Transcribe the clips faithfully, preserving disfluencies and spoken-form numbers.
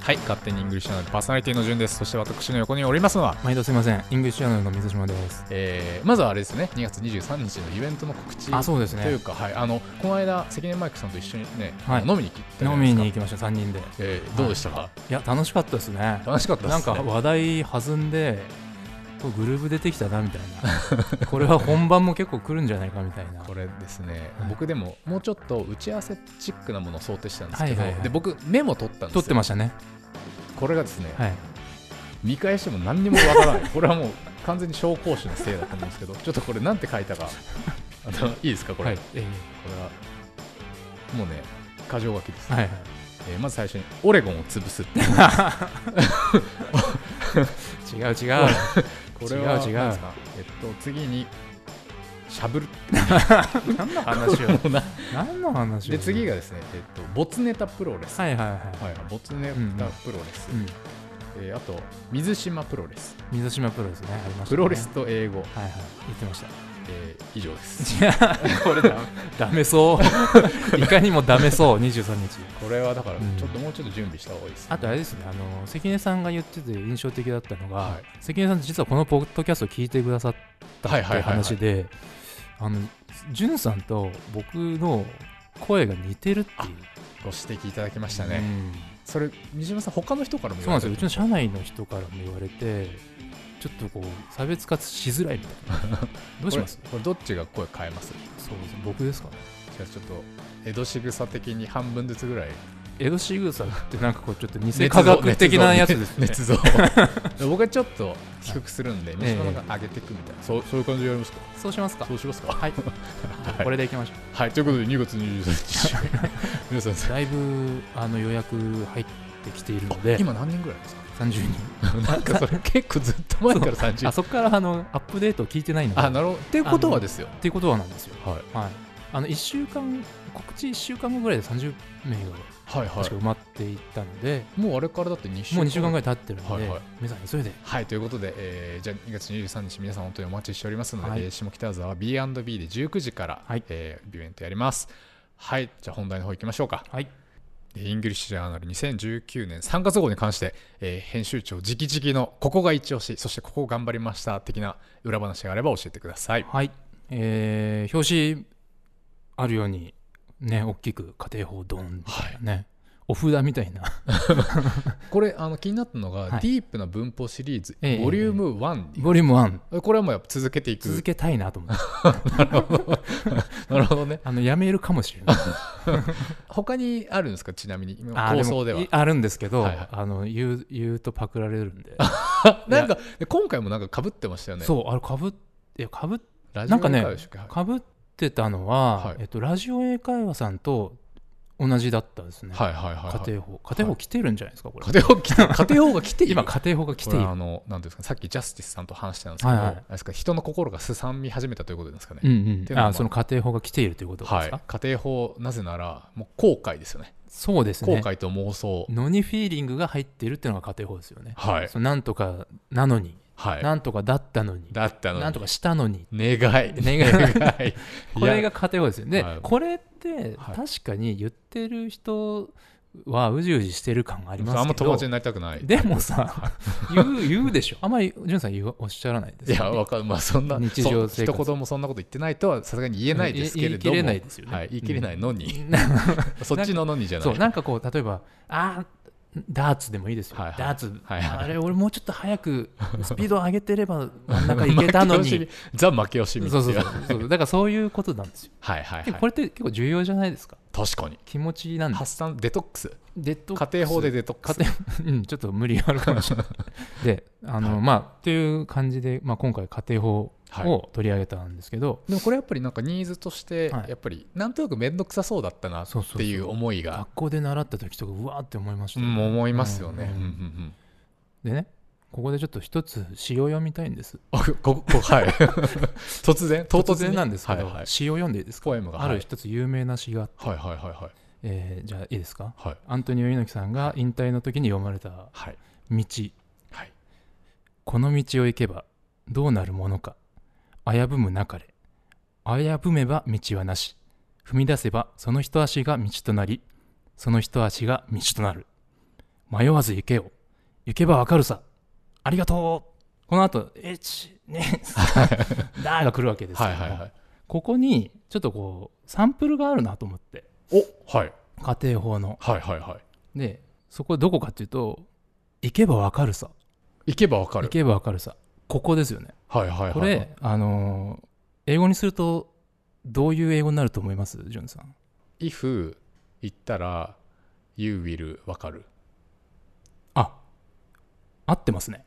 はい、勝手にイングリッシュチャンネルパーソナリティの順です。そして私の横におりますのは、 毎度すいません、イングリッシュチャンネルの水島です。 えー、まずはあれですね、にがつにじゅうさんにちのイベントの告知。 あ、そうですね。 というか、はい、あのこの間関根マイクさんと一緒にね、 はい、 飲みに行った飲みに行きました。さんにんで、 えー、どうでしたか？はい、 いや楽しかったですね。 楽しかったですね。 なんか話題弾んでグループ出てきたなみたいなこれは本番も結構来るんじゃないかみたいな。 これですね、はい、僕でももうちょっと打ち合わせチックなものを想定したんですけど、 はいはいはい、 で僕メモ取ったんですよ。 取ってましたね。 これがですね、はい、見返しても何にもわからないこれはもう完全に紹興酒のせいだと思うんですけど、ちょっとこれなんて書いたかあのいいですかこれ、はい、えー、これはもうね箇条書きです、ね、はいはい、えー、まず最初にオレゴンを潰すって違う違うこれは違う違う、えっと、次にしゃぶる何の話を何の話をで次がですね、えっと、ボツネタプロレス、 はいはいはい、はい、 ボツネタプロレス、うんうん、えー、あと水島プロレス、 水島プロレスね、ありましたね。 プロレスと英語、 はいはい、言ってました。 えー、以上です。 いやこれだダメそういかにもダメそうにじゅうさんにち。これはだからちょっともうちょっと準備した方がいいです、ね、 あとあれですね、あの関根さんが言ってて印象的だったのが、はい、関根さん実はこのポッドキャストを聞いてくださったっていう話で、はいはいはいはい、あのジュンさんと僕の声が似てるっていうご指摘いただきましたね、うん、それ水島さん他の人からも言われて、 そうなんですよ、うちの社内の人からも言われて、ちょっとこう差別化しづらいみたいなどうします？ これ、これどっちが声変えます？ そうですね、僕ですかね。 じゃあちょっと江戸仕草的に半分ずつぐらい。 江戸仕草ってなんかこうちょっと偽科学的なやつですね。 捏造僕はちょっと低くするんで水島さんが上げていくみたいな、そう、そういう感じでやりますか？ そうしますか。 そうしますか。 はいこれでいきましょう。 はい、ということでにがつにじゅうさんにち皆さんだいぶあの予約入ってきているので、 今何人ぐらいですか？ さんじゅうにんなんかそれ結構ずっと前からさんじゅうにん。 あそこからあのアップデートを聞いてないので。 あ、なるほど。っていうことはですよ。 っていうことはなんですよ。 はい。 はい、あのいっしゅうかん告知いっしゅうかんごぐらいでさんじゅうめいが確か埋まっていったので、はいはい、 もうあれからだってにしゅうかんもうにしゅうかんぐらい経ってるので、はいはい、皆さん急いで。 はいということで、えー、じゃあにがつにじゅうさんにち皆さん本当にお待ちしておりますので、はい、えー、下北沢 ビーアンドビー でじゅうくじから、はい、えー、イベントやります。はい、じゃあ本題の方行きましょうか。はい。イングリッシュジャーナルにせんじゅうきゅうねんさんがつ号に関して、えー、編集長直々のここが一押し、そしてここ頑張りました的な裏話があれば教えてください。 はい、えー、表紙あるようにね、大きく家庭法ドンみたいなね、はい、お札みたいなこれあの気になったのが、はい、ディープな文法シリーズ、えー、ボリュームワン、 ボリュームワン、 これはもうやっぱ続けていく、 続けたいなと思ってなるほどなるほどね。 あのやめるかもしれない他にあるんですか？ちなみに構想ではあ, あるんですけど、はいはい、あの言う、言うとパクられるんでなんか今回もなんか被ってましたよね。 そう、あれ被っいや被っなんかね被ってたのは、はい、えっと、ラジオ英会話さんと同じだったですね。はいはいはいはい、家庭法家庭法来てるんじゃないですか、これ。 家庭法来て家庭法が来ている今家庭法が来ている。 あのなんですか、さっきジャスティスさんと話してたんですけど、はいはい、あれですか、人の心がすさみ始めたということですかね。 うんうん、あ、その家庭法が来ているということですか。はい、 家庭法、なぜならもう後悔ですよね。 そうですね、 後悔と妄想、 ノニフィーリングが入っているっていうのが家庭法ですよね。 はい、 そのなんとかなのに、はい、なんとかだったのに、 だったのに、 なんとかしたのに、 願い願いこれが家庭法ですよね。はい、これって確かに言ってる人はうじうじしてる感がありますけど、 あんま友達になりたくない。 でもさ言う、言うでしょ。あんまり潤さん言うおっしゃらないですか、ね。 いや、わかる、まあ、そんな日常生活、 一言もそんなこと言ってないとはさすがに言えないですけれども、 言い切れないですよね。 はい、言い切れないのに、うん、そっちののにじゃない。 そう、なんかこう例えば、あダーツでもいいですよ、はいはい、ダーツ、はいはい、あれ俺もうちょっと早くスピードを上げてれば真ん中行けたのにザ負け惜しみっていう、 そうそうそうそう、だからそういうことなんですよ。 はいはい、はい、 これって結構重要じゃないですか。 確かに気持ちなんで発散、デトックス、 デトックス、 家庭法でデトックス、家庭、うん、ちょっと無理があるかもしれないで、あの、はい、まあっていう感じで、まあ、今回家庭法を取り上げたんですけど、はい、 でもこれやっぱりなんかニーズとしてやっぱりなんとなく面倒くさそうだったなっていう思いが、 そうそうそう、学校で習った時とかうわーって思いました、 ね、うん、思いますよね、うんうんうん、 でね、ここでちょっと一つ詩を読みたいんです。 ここはい突然突然なんですけど、 はいはい、 詩を読んでいいですか。 ポエムがある一つ有名な詩があって、 はいはいはいはい、 えー、じゃあいいですか、 はい、 アントニオ猪木さんが引退の時に読まれた道、はい、はい、この道を行けばどうなるものか、危ぶむなかれ、危ぶめば道はなし、踏み出せばその一足が道となり、その一足が道となる。 迷わず行けよ、行けばわかるさ、ありがとう。この後いち、に、さんだーが来るわけですよ。はいはいはい、ここにちょっとこうサンプルがあるなと思って。 お、はい、 家庭法の。 はいはいはい。 でそこどこかっていうと、行けばわかるさ、 行けばわかる、 行けばわかるさ、ここですよね。 はいはいはい、はい、 これあのー、英語にするとどういう英語になると思います？ジュンさん。 if 言ったら you will わかる。 あ、合ってますね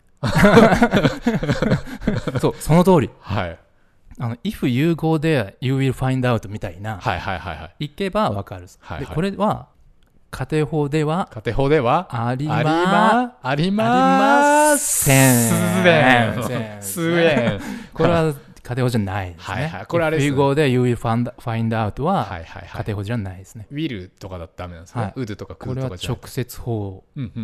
そう、その通り。 はい。 あの if you go there you will find out みたいな、 はいはいはいはい、 行けばわかる、 はいはい、 でこれは家庭法では家庭法ではありまありません。 すえん。これは家庭法じゃないですね。はいはい、これあれですね。if you go there you will find, find out は家庭法じゃないですね。 will とかだとダメなんですね。はい、would とか could とかじゃない。 これは直接法。うんうんうんうん、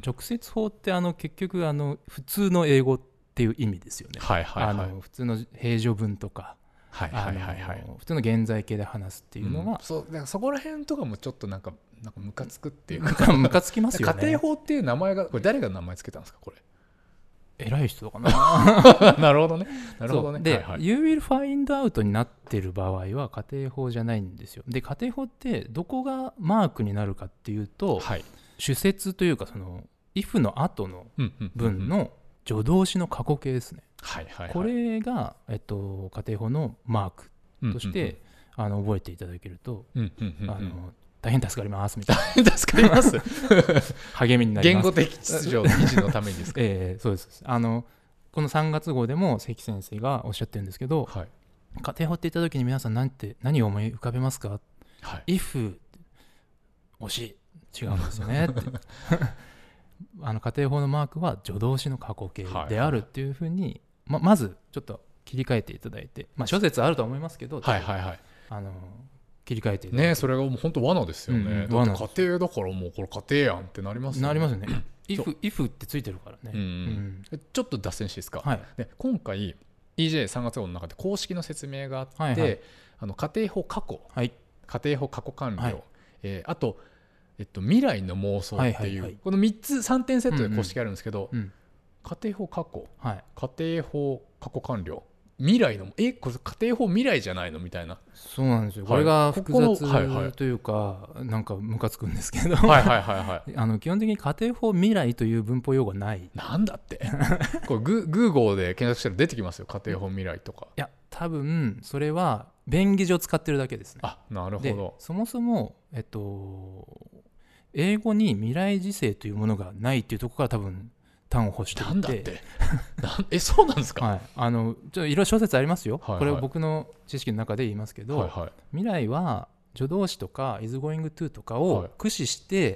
直接法ってあの結局あの普通の英語っていう意味ですよね。はいはいはい、あの普通の平常文とか、はいはいはいはい、普通の現在形で話すっていうのが、うん、 そうだからそこら辺とかもちょっとなんかなんかムカつくっていうかムカつきますよね。 家庭法っていう名前がこれ誰が名前つけたんですかこれ。 偉い人かななるほどねなるほどね。 で、 はいはい、 You will find out になってる場合は家庭法じゃないんですよ。で家庭法ってどこがマークになるかっていうと、はい、主節というかその if の後の文の助動詞の過去形ですね。はいはいはい、これが、えっと、家庭法のマークとして、うんうんうん、あの覚えていただけると、うんうんうんうん、あの大変助かりますみたいな。 大変助かります励みになります。 言語的秩序の維持のためにですか。 えー、そうです。あのこのさんがつ号でも関先生がおっしゃってるんですけど、はい、家庭法って言った時に皆さん何て何を思い浮かべますか、はい、if 惜しい違うんですよねってあの家庭法のマークは助動詞の過去形であるっていうふうに、はいはい、ま, まずちょっと切り替えていただいて、まあ、諸説あると思いますけど、はいはいはい、あの切り替えていただいて、 ね、それがもう本当罠ですよね、うん、だって家庭だからもうこれ家庭やんってなりますよね。 なりますよねif, if ってついてるからね、うんうん、ちょっと脱線していいですか、はい、で今回 イージェーさん 月号の中で公式の説明があって、はいはい、あの家庭法過去、はい、家庭法過去完了、はい、えー、あと、えっと、未来の妄想っていう、はいはいはい、このみっつさんてんセットで公式あるんですけど、うんうん、家庭法過去、はい、家庭法過去完了、未来のえこれ家庭法未来じゃないのみたいな。 そうなんですよ、はい、これが複雑というか、はいはい、なんかムカつくんですけどはいはいはい、はい、あの基本的に家庭法未来という文法用語はない。 なんだってこれグーゴーで検索したら出てきますよ、家庭法未来とか。 いや多分それは便宜上使ってるだけですね。 あ、なるほど。 そもそも、えっと、英語に未来時制というものがないっていうところから多分端を欲していて。 なんだってえ、そうなんですか。 はい、あのちょっといろいろ諸説ありますよ、はいはい、これは僕の知識の中で言いますけど、はいはい、未来は助動詞とか is going to とかを駆使して、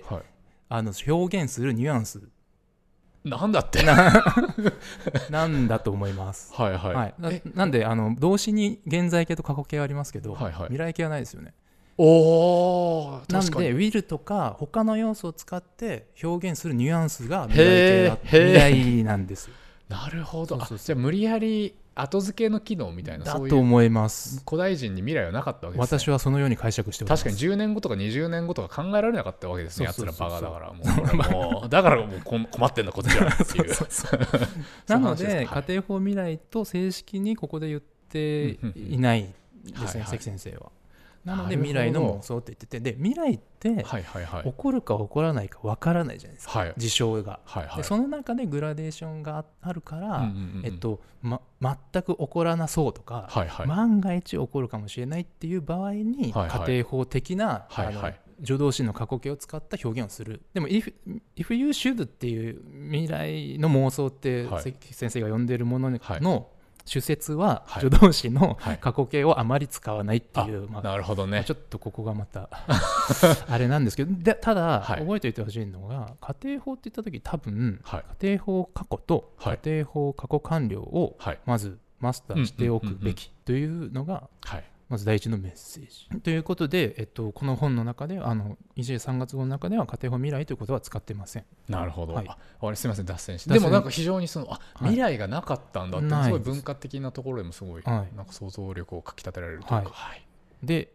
はいはい、あの表現するニュアンスなんだってな, なんだと思います。 はいはい、はい、 な, なんであの動詞に現在形と過去形はありますけど、はいはい、未来形はないですよね。 おー、 なんで will とか他の要素を使って表現するニュアンスが未来形だ未来なんですよ。 なるほど。そうそうそう。じゃあ無理やり後付けの機能みたいな、 だと思います。 古代人に未来はなかったわけですね。 私はそのように解釈しております。 確かにじゅうねんごとかにじゅうねんごとか考えられなかったわけですね。やつらバカだからもうこれもうだからもう困ってんだこっちはっていうそうそうそうなので家庭法未来と正式にここで言っていないですね、関先生は。なので未来の妄想って言ってて、で未来って起こるか起こらないか分からないじゃないですか、はい、事象が、はいはい、でその中でグラデーションがあるから、うんうんうん、えっとま、全く起こらなそうとか、はいはい、万が一起こるかもしれないっていう場合に、はいはい、家庭法的な、はいはい、あの助動詞の過去形を使った表現をする。でも if, if you should っていう未来の妄想って、はい、先生が呼んでいるものの、はい主説は助動詞の過去形をあまり使わないっていう、はいまあ、 なるほどね。 ちょっとここがまたあれなんですけど、でただ、はい、覚えておいてほしいのが家庭法って言った時多分、はい、家庭法過去と家庭法過去完了をまずマスターしておくべきというのが、はいまず第一のメッセージということで、えっと、この本の中であの イージェーさん 月号の中では家庭法未来ということは使っていません。 なるほど、はい、ああれすみません脱線してでもなんか非常にそのあ未来がなかったんだって、はい、すごい文化的なところでもすごい、はい、なんか想像力をかきたてられるというか、はいはい、で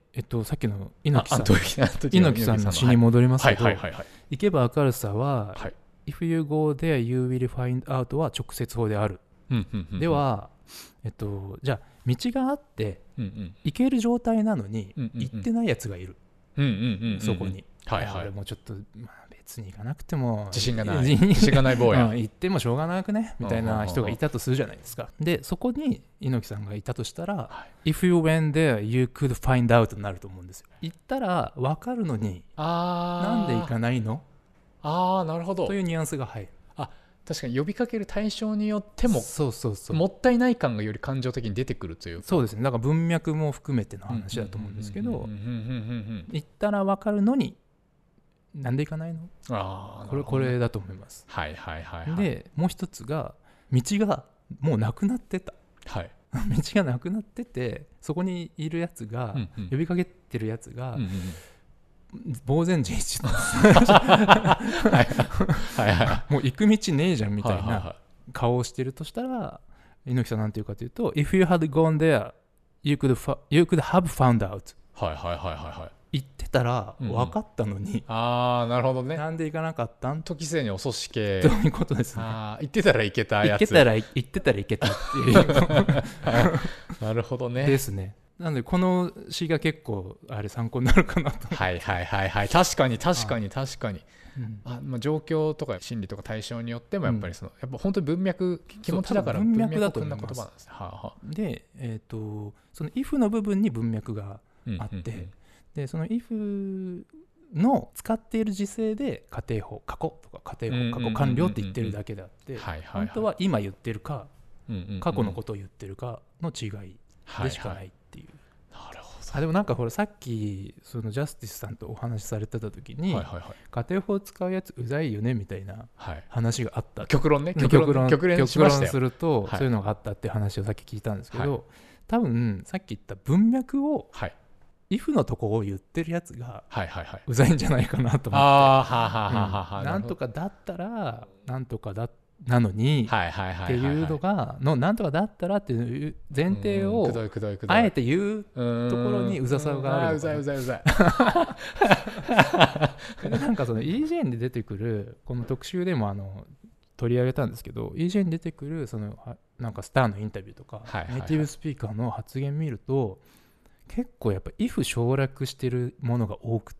えっと、さっきの猪木さん猪木さんの詩に戻りますけど、 はいはいはいはい、 行けば明るさは、 はい、 If you go there you will find out は直接法である、 うんうんうんうん、 では、えっと、じゃあ道があって、うんうん、行ける状態なのに、うんうんうん、行ってないやつがいる、うんうんうんうん、そこに、はいはい、俺もちょっと、まあ、別に行かなくても自信がない自信がない坊や、 うん、行ってもしょうがなくねみたいな人がいたとするじゃないですか。でそこに猪木さんがいたとしたら、はい、If you went there you could find out になると思うんですよ。行ったら分かるのになんで行かないの、 あーなるほどというニュアンスが入る。 あ、確かに呼びかける対象によってもそうそうそう、 もったいない感がより感情的に出てくるというか。 そうですね、だから文脈も含めての話だと思うんですけど、行ったら分かるのになんで行かないの、あこれこれだと思います。 はいはいはい、はい、 でもう一つが道がもうなくなってた、はい、道がなくなっててそこにいるやつが、うんうん、呼びかけてるやつが、うんうん、呆然自失もう行く道ねえじゃんみたいな顔をしてるとしたら、猪木さんなんていうかというと If you had gone there you could, you could have found out、 はいはいはいはい、行ってたら分かったのに、うんうん、 ああなるほどね、 なんで行かなかったん、 時すでに遅し系ということですね。 あ行ってたら行けたやつ、 行ってたら行ってたら行けたっていうなるほどねですね。なのでこの詩が結構あれ参考になるかなと。 はいはいはいはい、確かに確かに確かに、あ、まあ、状況とか心理とか対象によってもやっぱりその、うん、やっぱ本当に文脈気持ちだから文脈だと思います。 言葉なんですね。はあはあ、で、えーと、その if の部分に文脈があって、うんうんうん、でその if の使っている時勢で仮定法過去とか仮定法過去完了って言ってるだけであって本当は今言ってるか、うんうんうん、過去のことを言ってるかの違いでしかないっていう、はいはい、なるほど。あでもなんかほらさっきそのジャスティスさんとお話しされてた時に、はいはいはい、仮定法使うやつうざいよねみたいな話があった、はい、 極論ね極論極論極論極論すると、はい、そういうのがあったって話をさっき聞いたんですけど、はい、多分さっき言った文脈を、はい、if のとこを言ってるやつがうざいんじゃないかなと思って、なんとかだったらなんとかだなのにっていうのがのなんとかだったらっていう前提をあえて言うところにうざさがあるのかな。 うざいうざいうざいなんかその イージェー に出てくるこの特集でもあの取り上げたんですけど イージェー に出てくるそのなんかスターのインタビューとかネイティブスピーカーの発言見ると結構やっぱ if 省略してるものが多くって、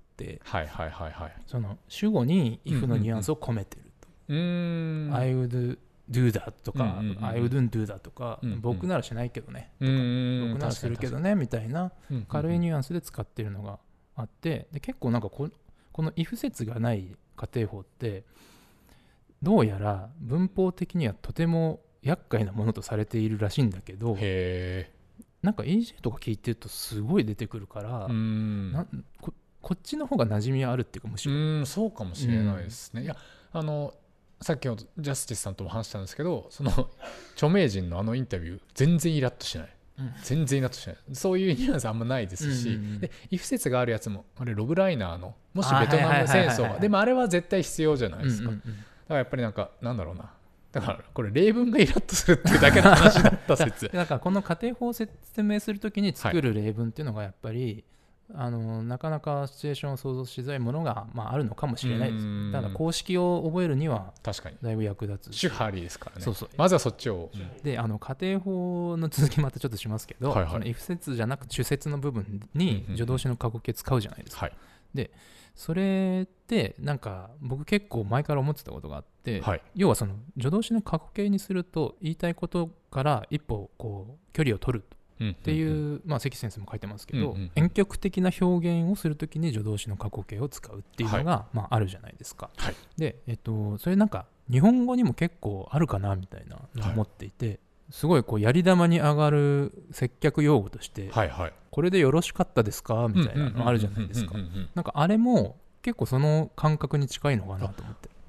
はいはいはいはい、その主語に if のニュアンスを込めてると、うんうんうん、I would do that とか、うんうんうん、I wouldn't do that とか、うんうん、僕ならしないけどねとか、うんうん、僕ならするけどねみたいな軽いニュアンスで使ってるのがあってで結構なんか こ, この if 説がない仮定法ってどうやら文法的にはとても厄介なものとされているらしいんだけど、へーなんか イージェー とか聞いてるとすごい出てくるからうんな こ, こっちの方が馴染みあるっていうかむしろうんそうかもしれないですね、うん、いやあのさっきのジャスティスさんとも話したんですけどその著名人のあのインタビュー全然イラッとしない、うん、全然イラッとしないそういうニュアンスあんまないですし、うんうんうん、でイフ説があるやつもあれロブライナーのもしベトナム戦争でもあれは絶対必要じゃないですか、うんうんうん、だからやっぱりなんかなんだろうなだからこれ例文がイラッとするっていうだけの話だった説だからこの仮定法を説明するときに作る例文っていうのがやっぱり、はい、あのなかなかシチュエーションを想像しづらいものが、まあ、あるのかもしれないです。ただ公式を覚えるには確かにだいぶ役立つ主派ありですからね。 そうそうまずはそっちを、 うん、であの仮定法の続きまたちょっとしますけど、はいはい、その if 説じゃなく主説の部分に助動詞の過去形使うじゃないですか、はい、でそれってなんか僕結構前から思ってたことがあって、はい、要はその助動詞の過去形にすると言いたいことから一歩こう距離を取るっていう、うんうんうん、まあ関先生も書いてますけど、うんうんうん、婉曲的な表現をするときに助動詞の過去形を使うっていうのが、はいまあ、あるじゃないですか、はい、で、えっと、それなんか日本語にも結構あるかなみたいなのを思っていて、はい、すごいこうやり玉に上がる接客用語として、はいはい、これでよろしかったですかみたいなのあるじゃないですか。なんかあれも結構その感覚に近いのかなと思って。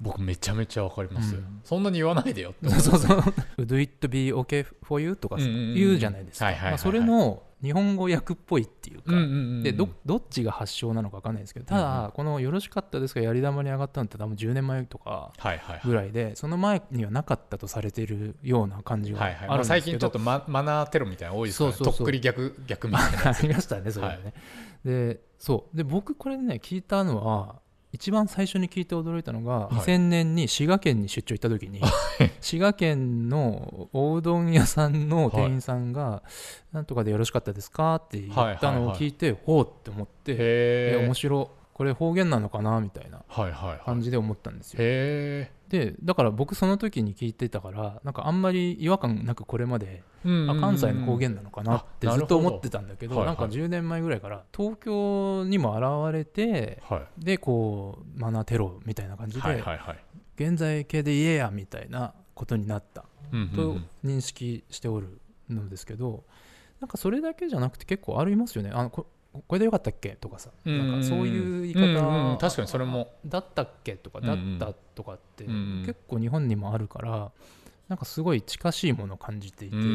僕めちゃめちゃわかります、うん、そんなに言わないでよってそうそう Would it be okay for you? とか言うじゃないですか。それの日本語訳っぽいっていうか、うんうんうん、で ど, どっちが発祥なのか分かんないですけど、ただ、うんうん、このよろしかったですがやり玉に上がったのって多分じゅうねんまえとかぐらいで、はいはいはい、その前にはなかったとされているような感じがあるんですけど、はいはい、まあ、最近ちょっと マ, マナーテロみたいなの多いですからね。そうそうそう、とっくり逆逆みたいなありましたねそれね、はい、でそうで僕これね聞いたのは一番最初に聞いて驚いたのが、はい、にせんねんに滋賀県に出張行った時に滋賀県のおうどん屋さんの店員さんが、はい、なんとかでよろしかったですかって言ったのを聞いて、はいはいはい、ほうって思って、え面白これ方言なのかなみたいな感じで思ったんですよ、はいはいはい、へでだから僕その時に聞いてたからなんかあんまり違和感なくこれまで、うんうんうん、あ関西の方言なのかなってずっと思ってたんだけど、 な, ど、はいはい、なんかじゅうねんまえぐらいから東京にも現れて、はい、でこうマナーテロみたいな感じで、はいはいはい、現在形で言えやみたいなことになったと認識しておるのですけど、なんかそれだけじゃなくて結構ありますよね。あのここれでよかったっけとかさ、なんかそういう言い方、 うんうん、確かにそれもだったっけとかだったとかって結構日本にもあるから、なんかすごい近しいものを感じていて、うんうん、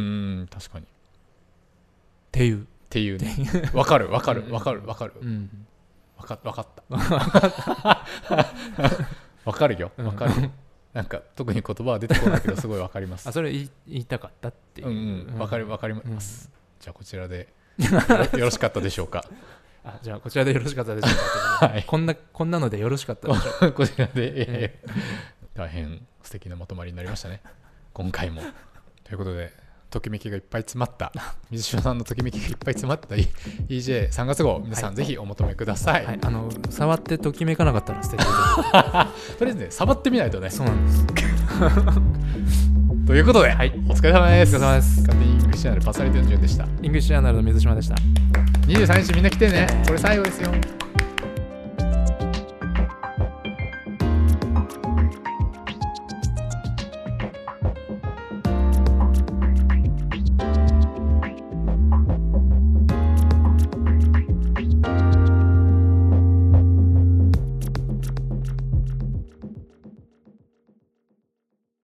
確かにっていうっていうねわかるわかるわかるわかるわかわかったわかるよわかるなんか特に言葉は出てこないけどすごいわかりますあそれ言 い, 言いたかったっていう、 うんうん、わかるわかります、うん、じゃあこちらでよろしかったでしょうかあじゃあこちらでよろしかったでしょうか、はい、こんなこんなのでよろしかったでしょうかこちらで、えー、大変素敵なまとまりになりましたね今回もということでときめきがいっぱい詰まった水島さんのときめきがいっぱい詰まった イージェーさん 月号皆さんぜひお求めください、はいはい、 あの触ってときめかなかったら捨ててとりあえずね触ってみないとね。 そうなんですということで、はい、お疲れ様です。 お疲れ様です。 勝手にイングリッシュチャンネルパーソナリティの順でした。 イングリッシュチャンネルの水島でした。 にじゅうさんにちみんな来てね。これ最後ですよ。